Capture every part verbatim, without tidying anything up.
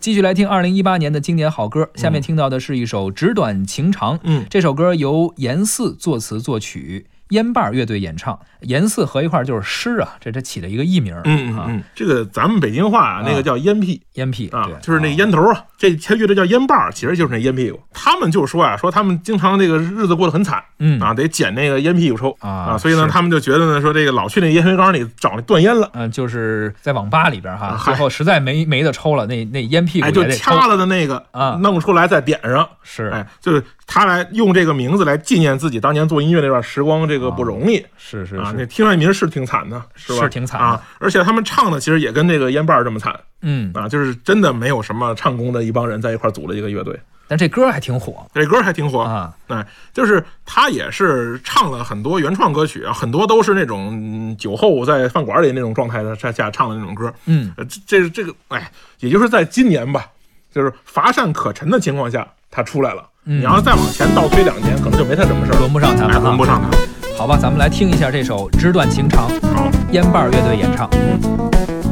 继续来听二零一八年的经典好歌，下面听到的是一首《纸短情长》。 嗯， 这首歌由严四作词作曲，烟瓣乐队演唱。严四合一块就是诗啊，这这起了一个艺名。 嗯嗯嗯，这个咱们北京话啊，那个叫烟屁， 烟屁啊，就是那烟头啊。这这乐队叫烟瓣，其实就是那烟屁股。他们就说啊，说他们经常这个日子过得很惨，嗯啊，得捡那个烟屁股抽啊，所以呢，他们就觉得呢，说这个老去那烟灰缸里找那断烟了。 嗯，就是在网吧里边哈，最后实在没没得抽了，那那烟屁股也得抽，就掐了的那个啊，弄出来再点上。 是， 哎，就是他来用这个名字来纪念自己当年做音乐那段时光，这个不容易。 是是啊，那听上名是挺惨的，是吧？ 是挺惨啊，而且他们唱的其实也跟这个烟瓣这么惨。 嗯啊，就是真的没有什么唱功的一帮人在一块组了一个乐队， 但这歌还挺火， 这歌还挺火啊。 哎，就是他也是唱了很多原创歌曲啊，很多都是那种酒后在饭馆里那种状态的下唱的那种歌。 嗯， 这这个哎，也就是在今年吧，就是乏善可陈的情况下，他出来了。 嗯、 你要再往前倒推两年，可能就没他什么事儿， 轮不上他了， 哎，轮不上他。 好吧，咱们来听一下这首《纸短情长》， 好， 烟瓣乐队演唱。 嗯。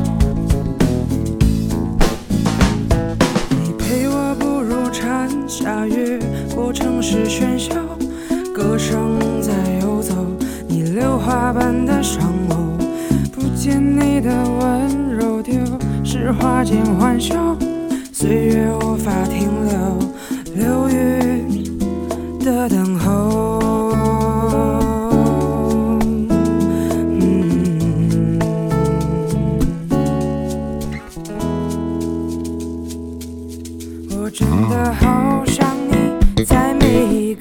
下雨过城市喧嚣，歌声在游走，你榴花般的伤眸，不见你的温柔，丢是花间欢笑，岁月无法停留，流雨的等候。嗯，我真的好想你，在每一个